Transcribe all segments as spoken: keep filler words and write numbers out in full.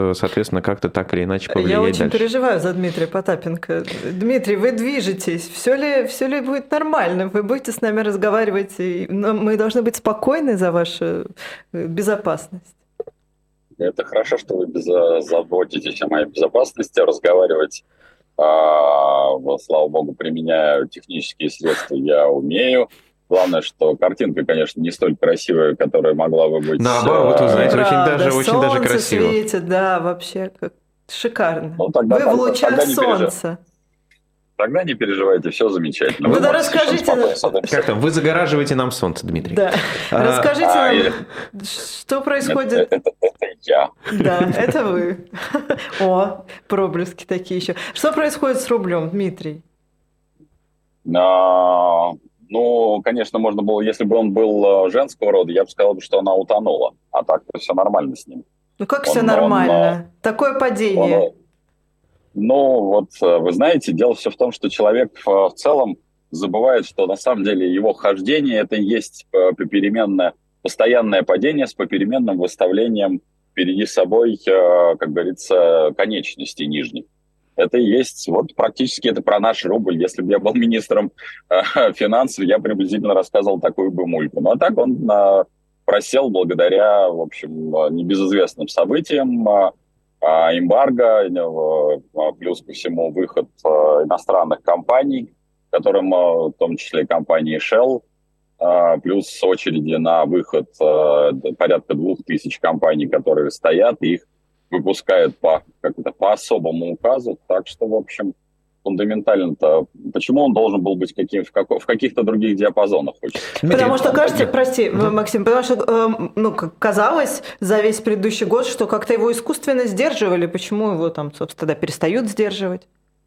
соответственно, как-то так или иначе Я повлиять очень дальше. переживаю за Дмитрия Потапенко. Дмитрий, вы движетесь, все ли, все ли будет нормально? Вы будете с нами разговаривать, и но мы должны быть спокойны за вашу э, безопасность. Это хорошо, что вы без- заботитесь о моей безопасности, разговаривать, а, вот, слава богу, применяю технические средства, я умею. Главное, что картинка, конечно, не столь красивая, которая могла бы быть. Наоборот, вы знаете, очень Правда, даже, очень даже солнце красиво. светит, да, вообще как шикарно. Ну, тогда, Вы в тогда, лучах тогда не переживайте. солнца. Тогда не переживайте, все замечательно. Вы Вы да можете совершенно расскажите- спокойно с этим Как там? Вы загораживаете нам солнце, Дмитрий. Да. А, Расскажите а, нам, я- что Это, происходит. это- это я. Да, это вы. О, проблески такие еще. Что происходит с рублем, Дмитрий? А, ну, конечно, можно было, если бы он был э, женского рода, я бы сказал, что она утонула. А так-то все нормально с ним. Ну как Он- все он, нормально? Такое Он, падение. э, ну, вот э, вы знаете, дело все в том, что человек э, в целом забывает, что на самом деле его хождение это и есть э, попеременное, постоянное падение с попеременным выставлением впереди собой, э, как говорится, конечностей нижних. Это и есть, вот практически это про наш рубль. Если бы я был министром э, финансов, я приблизительно рассказывал такую бы мульку. Ну, а так он э, просел благодаря, в общем, э, небезызвестным событиям, э, а, эмбарго, э, плюс ко всему выход э, иностранных компаний, которым, э, в том числе компании Shell, э, плюс очереди на выход э, порядка двух тысяч компаний, которые стоят, и их выпускают по, как это, по особому указу. Так что, в общем, фундаментально-то, почему он должен был быть каким, в, како- в каких-то других диапазонах? Хочется Дмитрий, Потому что, кажется, Дмитрий. прости, Мгм. Максим, потому что, э, ну, как казалось за весь предыдущий год, что как-то его искусственно сдерживали. Почему его там, собственно, тогда перестают сдерживать?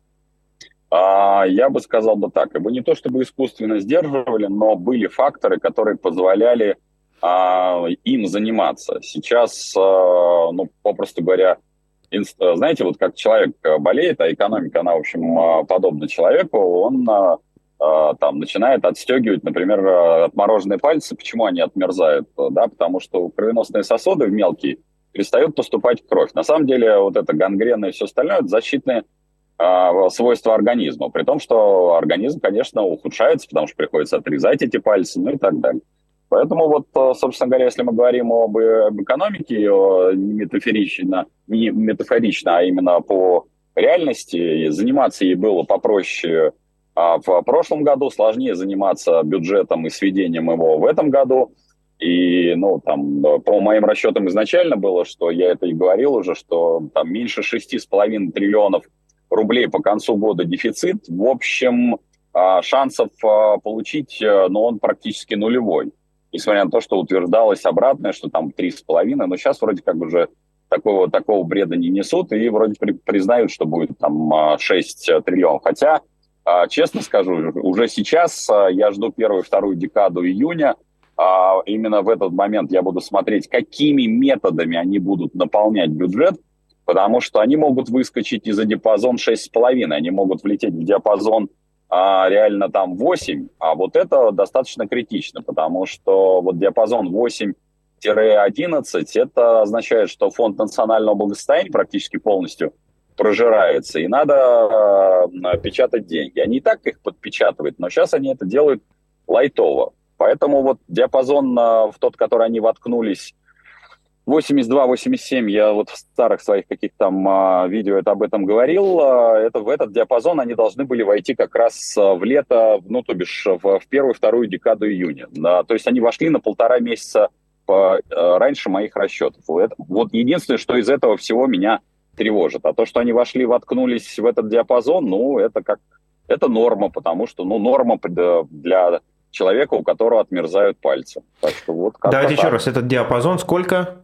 А, я бы сказал бы так, его не то чтобы искусственно сдерживали, но были факторы, которые позволяли а, им заниматься. Сейчас, а, ну, попросту говоря, инст- знаете, вот как человек а, болеет, а экономика, она, в общем, а, подобна человеку, он а, а, там начинает отстегивать, например, а, отмороженные пальцы. Почему они отмерзают? Да, потому что кровеносные сосуды мелкие перестают поступать кровь. На самом деле, вот это гангрена и все остальное, это защитные а, свойства организма, при том, что организм, конечно, ухудшается, потому что приходится отрезать эти пальцы, ну и так далее. Поэтому вот, э, собственно говоря, если мы говорим об, об экономике, э, не метафорично, не метафорично, а именно по реальности, заниматься ей было попроще а в прошлом году, сложнее заниматься бюджетом и сведением его в этом году. И, ну, там, по моим расчетам изначально было, что я это и говорил уже, что там меньше шести с половиной триллионов рублей по концу года дефицит. В общем, а, шансов а, получить, а, ну, он практически нулевой. Несмотря на то, что утверждалось обратное, что там три с половиной, но сейчас вроде как уже такого, такого бреда не несут и вроде при, признают, что будет там а, шесть триллионов. Хотя, а, честно скажу, уже сейчас а, я жду первую-вторую декаду июня. А, именно в этот момент я буду смотреть, какими методами они будут наполнять бюджет, потому что они могут выскочить и за диапазон шесть с половиной, они могут влететь в диапазон а, реально там восемь, а вот это достаточно критично, потому что вот диапазон восемь-одиннадцать, это означает, что фонд национального благосостояния практически полностью прожирается, и надо э, печатать деньги. Они и так их подпечатывают, но сейчас они это делают лайтово. Поэтому вот диапазон э, в тот, который они воткнулись, восемьдесят два восемьдесят семь, я вот в старых своих каких-то там а, видео это об этом говорил, а, это, в этот диапазон они должны были войти как раз а, в лето, ну, то бишь в, в первую-вторую декаду июня. Да, то есть они вошли на полтора месяца по, а, раньше моих расчетов. Это, вот единственное, что из этого всего меня тревожит. А то, что они вошли, воткнулись в этот диапазон, ну, это как, это норма, потому что, ну, норма для человека, у которого отмерзают пальцы. Так что вот как-то Давайте так. еще раз, этот диапазон сколько?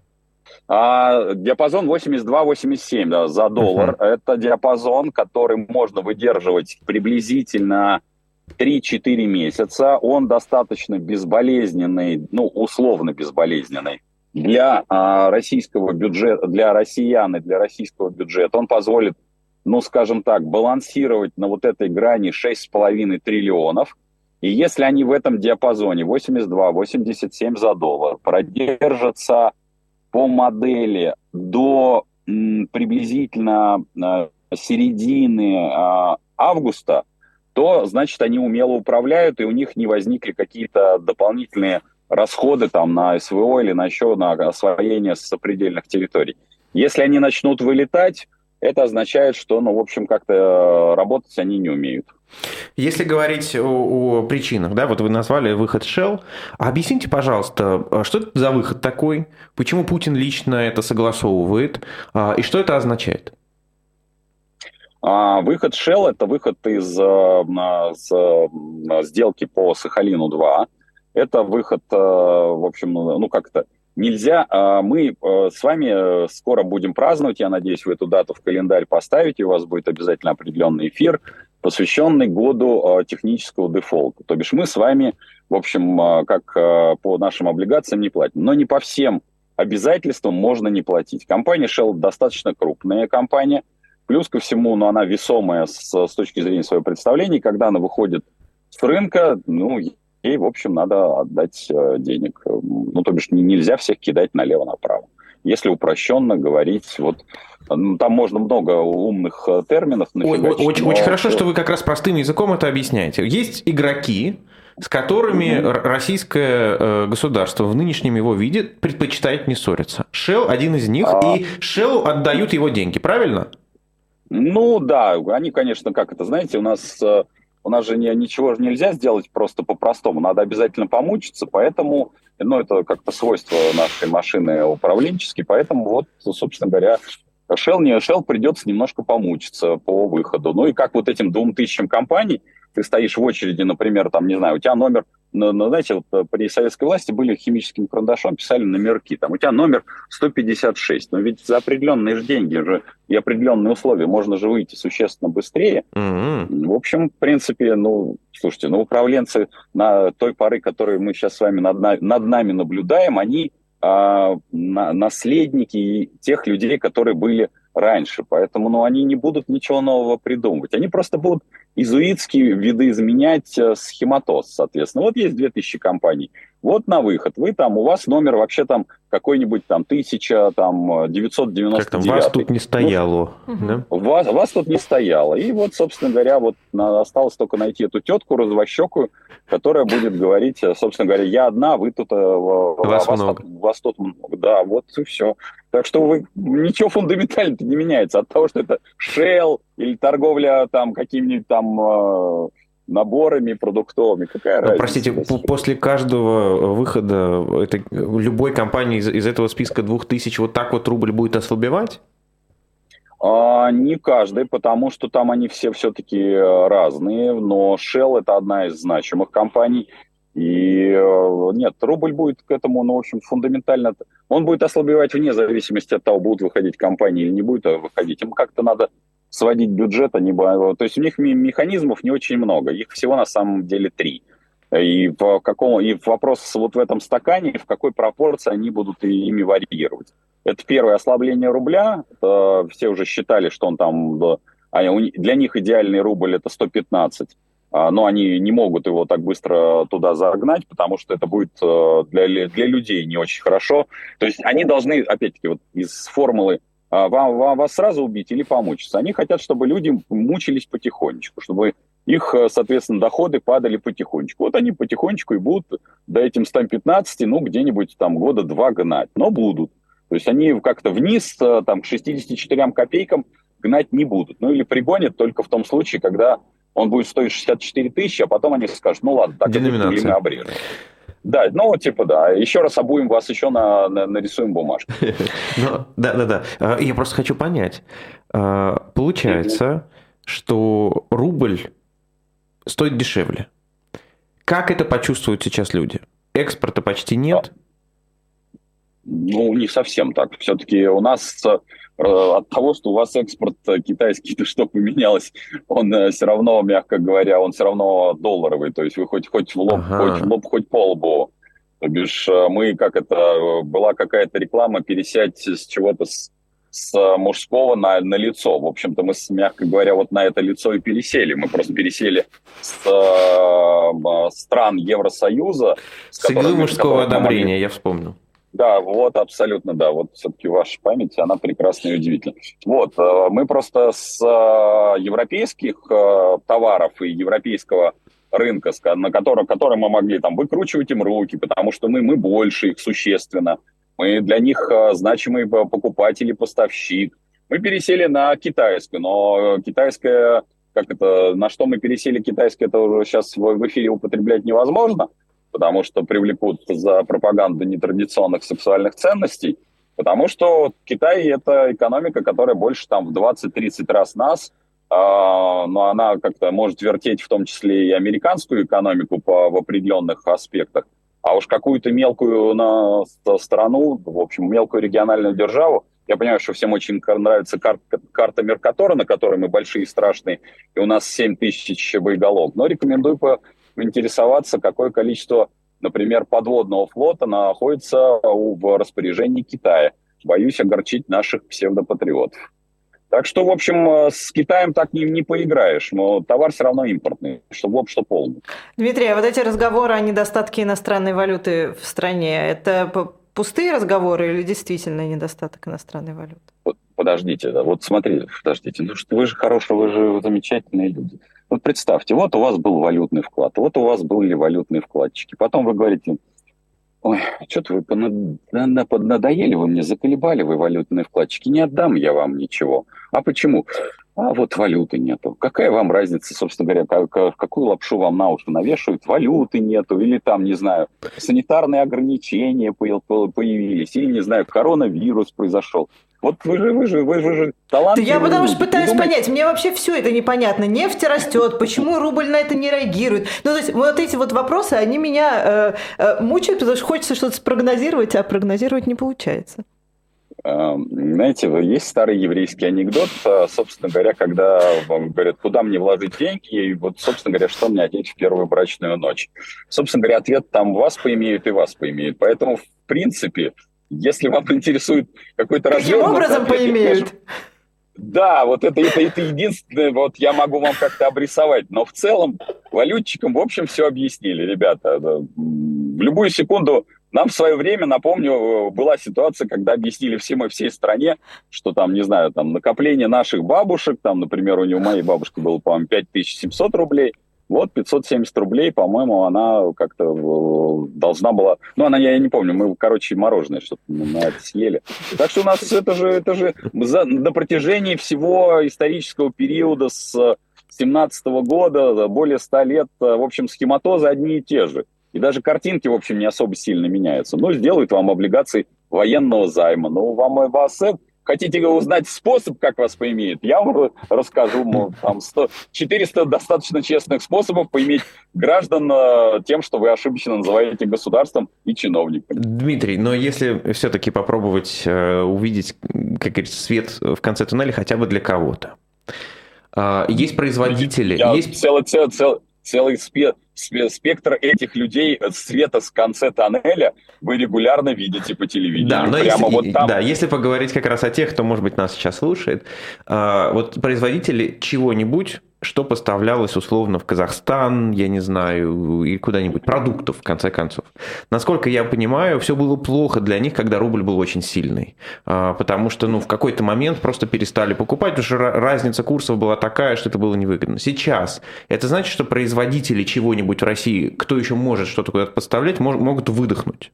А, диапазон восемьдесят два восемьдесят семь, да, за доллар. Uh-huh. Это диапазон, который можно выдерживать приблизительно три-четыре месяца. Он достаточно безболезненный, ну, условно безболезненный для а, российского бюджета, для россиян и для российского бюджета. Он позволит, ну, скажем так, балансировать на вот этой грани шесть с половиной триллионов. И если они в этом диапазоне восемьдесят два восемьдесят семь за доллар продержатся по модели до приблизительно середины августа, то, значит, они умело управляют, и у них не возникли какие-то дополнительные расходы там, на СВО или на еще на освоение сопредельных территорий. Если они начнут вылетать, это означает, что, ну, в общем, как-то работать они не умеют. Если говорить о, о причинах, да, вот вы назвали выход Shell, а объясните, пожалуйста, что это за выход такой, почему Путин лично это согласовывает, и что это означает? Выход Shell – это выход из с, сделки по Сахалину-два. Это выход, в общем, ну как-то нельзя. Мы с вами скоро будем праздновать, я надеюсь, вы эту дату в календарь поставите, у вас будет обязательно определенный эфир, посвященный году технического дефолта. То бишь мы с вами, в общем, как по нашим облигациям не платим. Но не по всем обязательствам можно не платить. Компания Shell достаточно крупная компания. Плюс ко всему, ну, она весомая с, с точки зрения своего представления. Когда она выходит с рынка, ну, ей, в общем, надо отдать э, денег. Ну, то бишь, нельзя всех кидать налево-направо. Если упрощенно говорить, вот, ну, там можно много умных терминов нафигачить. Очень, но... очень хорошо, что вы как раз простым языком это объясняете. Есть игроки, с которыми mm-hmm. российское государство в нынешнем его виде предпочитает не ссориться. Shell один из них, а... и Shell отдают его деньги, правильно? Ну да, они, конечно, как это, знаете, у нас, у нас же не, ничего же нельзя сделать просто по-простому, надо обязательно помучиться, поэтому, ну это как-то свойство нашей машины управленческой, поэтому вот, собственно говоря, Shell, не Shell придется немножко помучиться по выходу. Ну и как вот этим двум тысячам компаний, ты стоишь в очереди, например, там, не знаю, у тебя номер, ну, ну, знаете, вот при советской власти были химическим карандашом, писали номерки, там, у тебя номер сто пятьдесят шесть, но ведь за определенные же деньги же и определенные условия можно же выйти существенно быстрее. Mm-hmm. В общем, в принципе, ну, слушайте, ну, управленцы на той поры, которую мы сейчас с вами над, над нами наблюдаем, они а, на, наследники тех людей, которые были раньше, поэтому, ну, они не будут ничего нового придумывать, они просто будут изуитские видоизменять схематоз, соответственно. Вот есть две тысячи компаний, вот на выход, вы там, у вас номер вообще там какой-нибудь там тысяча девятьсот девяносто девять. Как там, вас тут не стояло. Ну, да? вас, вас тут не стояло. И вот, собственно говоря, вот осталось только найти эту тетку развощекую, которая будет говорить, собственно говоря, я одна, вы тут... Вас, вас много. Вас тут много. Да, вот и все. Так что вы, ничего фундаментально не меняется от того, что это Shell или торговля там какими-нибудь там э, наборами продуктовыми. Какая ну, разница? Простите, после каждого выхода это, любой компании из, из этого списка двух тысяч вот так вот рубль будет ослабевать? А, не каждый, потому что там они все все-таки разные, но Shell это одна из значимых компаний. И нет, рубль будет к этому, ну, в общем, фундаментально... Он будет ослабевать вне зависимости от того, будут выходить компании или не будут выходить. Им как-то надо сводить бюджет, а не... То есть у них механизмов не очень много, их всего на самом деле три. И, в каком... и вопрос вот в этом стакане, в какой пропорции они будут ими варьировать. Это первое ослабление рубля. Это все уже считали, что он там... Для них идеальный рубль это сто пятнадцать. Но они не могут его так быстро туда загнать, потому что это будет для, для людей не очень хорошо. То есть они должны, опять-таки, вот из формулы вам, вам, вас сразу убить или помучиться. Они хотят, чтобы люди мучились потихонечку, чтобы их, соответственно, доходы падали потихонечку. Вот они потихонечку и будут до этим ста пятнадцати, ну, где-нибудь там года два гнать. Но будут. То есть они как-то вниз, там, к шестидесяти четырем копейкам гнать не будут. Ну, или пригонят только в том случае, когда он будет стоить шестьдесят четыре тысячи, а потом они скажут, ну ладно, так это мы обрежем. Да, ну типа да, еще раз обуем вас, еще на, на, нарисуем бумажку. Да, да, да. Я просто хочу понять. Получается, что рубль стоит дешевле. Как это почувствуют сейчас люди? Экспорта почти нет? Ну, не совсем так. Все-таки у нас... От того, что у вас экспорт китайский, что поменялось, он все равно, мягко говоря, он все равно долларовый. То есть вы хоть, хоть в лоб, ага. хоть в лоб, хоть по лбу. То бишь мы, как это, была какая-то реклама, пересядь с чего-то с, с мужского на, на лицо. В общем-то, мы, мягко говоря, вот на это лицо и пересели. Мы просто пересели с э, стран Евросоюза. С иглы мужского одобрения, я вспомнил. Да, вот абсолютно, да. Вот все-таки ваша память, она прекрасна и удивительна. Вот, э, мы просто с э, европейских э, товаров и европейского рынка, с ко- на котором, который мы могли там выкручивать им руки, потому что мы, мы больше их существенно. Мы для них э, значимый п- покупатель и поставщик. Мы пересели на китайскую, но китайская, как это, на что мы пересели китайское, это уже сейчас в в эфире употреблять невозможно, потому что привлекут за пропаганду нетрадиционных сексуальных ценностей, потому что Китай – это экономика, которая больше там в двадцать-тридцать раз нас, а, но она как-то может вертеть в том числе и американскую экономику по, в определенных аспектах, а уж какую-то мелкую на страну, в общем, мелкую региональную державу. Я понимаю, что всем очень нравится карта, карта Меркатора, на которой мы большие и страшные, и у нас семь тысяч боеголовок, но рекомендую по интересоваться, какое количество, например, подводного флота находится в распоряжении Китая. Боюсь огорчить наших псевдопатриотов. Так что, в общем, с Китаем так не, не поиграешь, но товар все равно импортный, что в что полный. Дмитрий, а вот эти разговоры о недостатке иностранной валюты в стране, это пустые разговоры или действительно недостаток иностранной валюты? Вот, подождите, да, вот смотрите, подождите, ну что вы же хорошие, вы же замечательные люди. Вот представьте, вот у вас был валютный вклад, вот у вас были валютные вкладчики. Потом вы говорите, ой, что-то вы понад... поднадоели, вы мне заколебали, вы валютные вкладчики, не отдам я вам ничего. А почему? А вот валюты нету. Какая вам разница, собственно говоря, как, какую лапшу вам на уши навешивают? Валюты нету, или там, не знаю, санитарные ограничения появились, или, не знаю, коронавирус произошел. Вот вы же, вы же, вы же, вы же талантливые. Да я потому что пытаюсь думаете... понять, мне вообще все это непонятно. Нефть растет, почему рубль на это не реагирует? Ну, то есть вот эти вот вопросы, они меня э, э, мучают, потому что хочется что-то спрогнозировать, а прогнозировать не получается. Знаете, есть старый еврейский анекдот, собственно говоря, когда вам говорят, куда мне вложить деньги, и вот, собственно говоря, что мне одеть в первую брачную ночь. Собственно говоря, ответ там вас поимеют и вас поимеют. Поэтому, в принципе, если вам интересует какой-то развернутый Каким образом ответ, поимеют? Конечно, да, вот это, это, это единственное, вот я могу вам как-то обрисовать. Но в целом валютчикам, в общем, все объяснили, ребята. В любую секунду... Нам в свое время, напомню, была ситуация, когда объяснили всем и всей стране, что там, не знаю, там накопление наших бабушек, там, например, у нее, у моей бабушки было, по-моему, пять тысяч семьсот рублей, вот пятьсот семьдесят рублей, по-моему, она как-то должна была... Ну, она, я не помню, мы, короче, мороженое что-то на это съели. Так что у нас это же, это же за, на протяжении всего исторического периода с семнадцатого года, более ста лет, в общем, схематозы одни и те же. И даже картинки, в общем, не особо сильно меняются. Ну, сделают вам облигации военного займа. Ну, вам вас хотите узнать способ, как вас поимеют? Я вам расскажу. Мол, там сто, четыреста достаточно честных способов поиметь граждан тем, что вы ошибочно называете государством и чиновниками. Дмитрий, но если все-таки попробовать э, увидеть, как говорится, свет в конце туннеля хотя бы для кого-то. Э, есть производители... Я есть... Целый, целый, целый, целый спе- спектр этих людей света с конца тоннеля вы регулярно видите по телевидению. Да, но Прямо если, вот там. Да, если поговорить как раз о тех, кто, может быть, нас сейчас слушает, вот производители чего-нибудь, что поставлялось условно в Казахстан, я не знаю, и куда-нибудь, продуктов, в конце концов. Насколько я понимаю, все было плохо для них, когда рубль был очень сильный, потому что, ну, в какой-то момент просто перестали покупать, потому что разница курсов была такая, что это было невыгодно. Сейчас это значит, что производители чего-нибудь в России, кто еще может что-то куда-то поставлять, могут выдохнуть?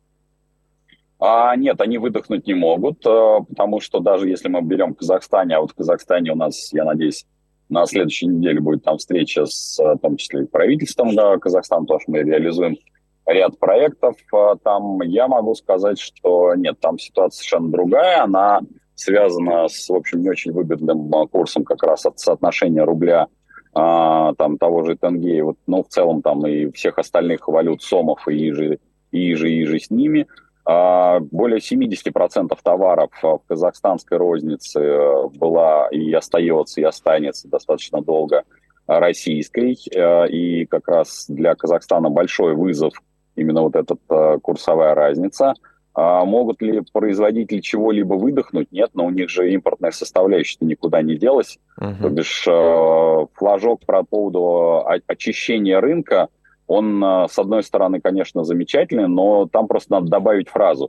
А, нет, они выдохнуть не могут, потому что даже если мы берем Казахстане, а вот в Казахстане у нас, я надеюсь, на следующей неделе будет там встреча с, в том числе, и правительством да, Казахстана, потому что мы реализуем ряд проектов. Там я могу сказать, что нет, там ситуация совершенно другая. Она связана с, в общем, не очень выгодным курсом как раз от соотношения рубля, там, того же тенге, вот, ну, в целом там и всех остальных валют сомов и иже, и иже, и иже с ними. Более семьдесят процентов товаров в казахстанской рознице была и остается, и останется достаточно долго российской. И как раз для Казахстана большой вызов именно вот эта курсовая разница. Могут ли производители чего-либо выдохнуть? Нет, но у них же импортная составляющая никуда не делась. Uh-huh. То бишь флажок по поводу очищения рынка, он, с одной стороны, конечно, замечательный, но там просто надо добавить фразу.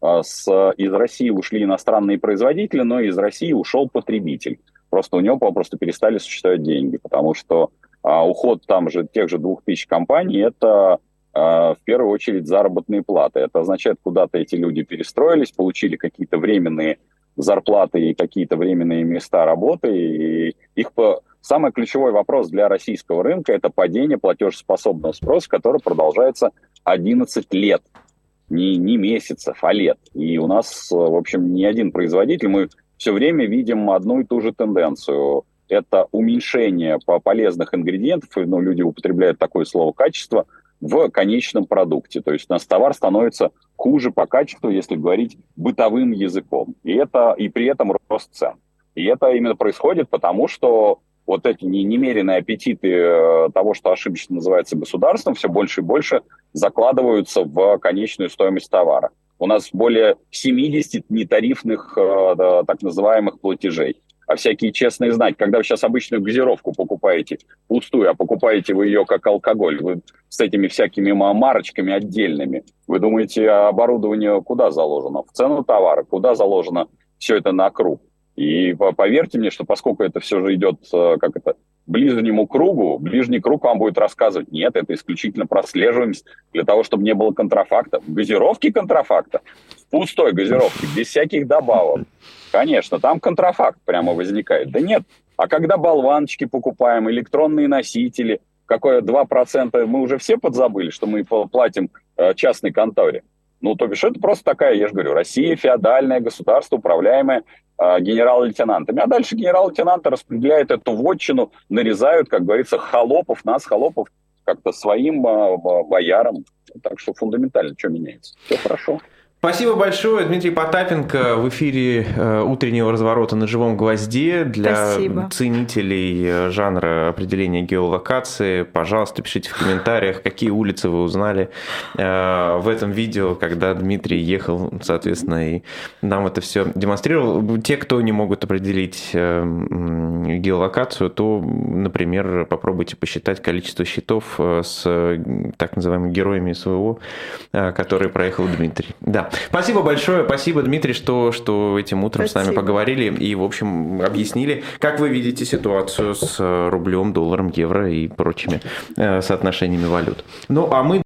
с, из России ушли иностранные производители, но из России ушел потребитель. Просто у него попросту перестали существовать деньги, потому что а, уход там же тех же двух тысяч компаний – это а, в первую очередь заработные платы. Это означает, куда-то эти люди перестроились, получили какие-то временные зарплаты и какие-то временные места работы. И их по... Самый ключевой вопрос для российского рынка – это падение платежеспособного спроса, который продолжается одиннадцать лет. Не, не месяцев, а лет. И у нас, в общем, ни один производитель, мы все время видим одну и ту же тенденцию. Это уменьшение полезных ингредиентов, ну, люди употребляют такое слово «качество», в конечном продукте. То есть у нас товар становится хуже по качеству, если говорить бытовым языком. И, это, и при этом рост цен. И это именно происходит потому, что вот эти немеренные аппетиты того, что ошибочно называется государством, все больше и больше закладываются в конечную стоимость товара. У нас более семьдесят нетарифных так называемых платежей. А всякие честные знаки, когда вы сейчас обычную газировку покупаете пустую, а покупаете вы ее как алкоголь, вы с этими всякими марочками отдельными, вы думаете, оборудование куда заложено? В цену товара, куда заложено все это на круг? И поверьте мне, что поскольку это все же идет, как это, ближнему кругу, ближний круг вам будет рассказывать, нет, это исключительно прослеживаемость для того, чтобы не было контрафакта. В газировке контрафакта, в пустой газировке, без всяких добавок. Конечно, там контрафакт прямо возникает. Да нет, а когда болваночки покупаем, электронные носители, какое два процента, мы уже все подзабыли, что мы платим частной конторе. Ну, то бишь, это просто такая, я же говорю, Россия феодальное государство, управляемое э, генерал-лейтенантами. А дальше генерал-лейтенанты распределяют эту вотчину, нарезают, как говорится, холопов, нас, холопов, как-то своим э, боярам. Так что фундаментально что меняется? Все хорошо. Спасибо большое. Дмитрий Потапенко в эфире утреннего разворота на живом гвозде. Для Спасибо. Ценителей жанра определения геолокации, пожалуйста, пишите в комментариях, какие улицы вы узнали в этом видео, когда Дмитрий ехал, соответственно, и нам это все демонстрировал. Те, кто не могут определить геолокацию, то, например, попробуйте посчитать количество счетов с так называемыми героями СВО, которые проехал Дмитрий. Да. Спасибо большое, спасибо, Дмитрий, что, что этим утром спасибо. С нами поговорили и, в общем, объяснили, как вы видите ситуацию с рублем, долларом, евро и прочими соотношениями валют. Ну, а мы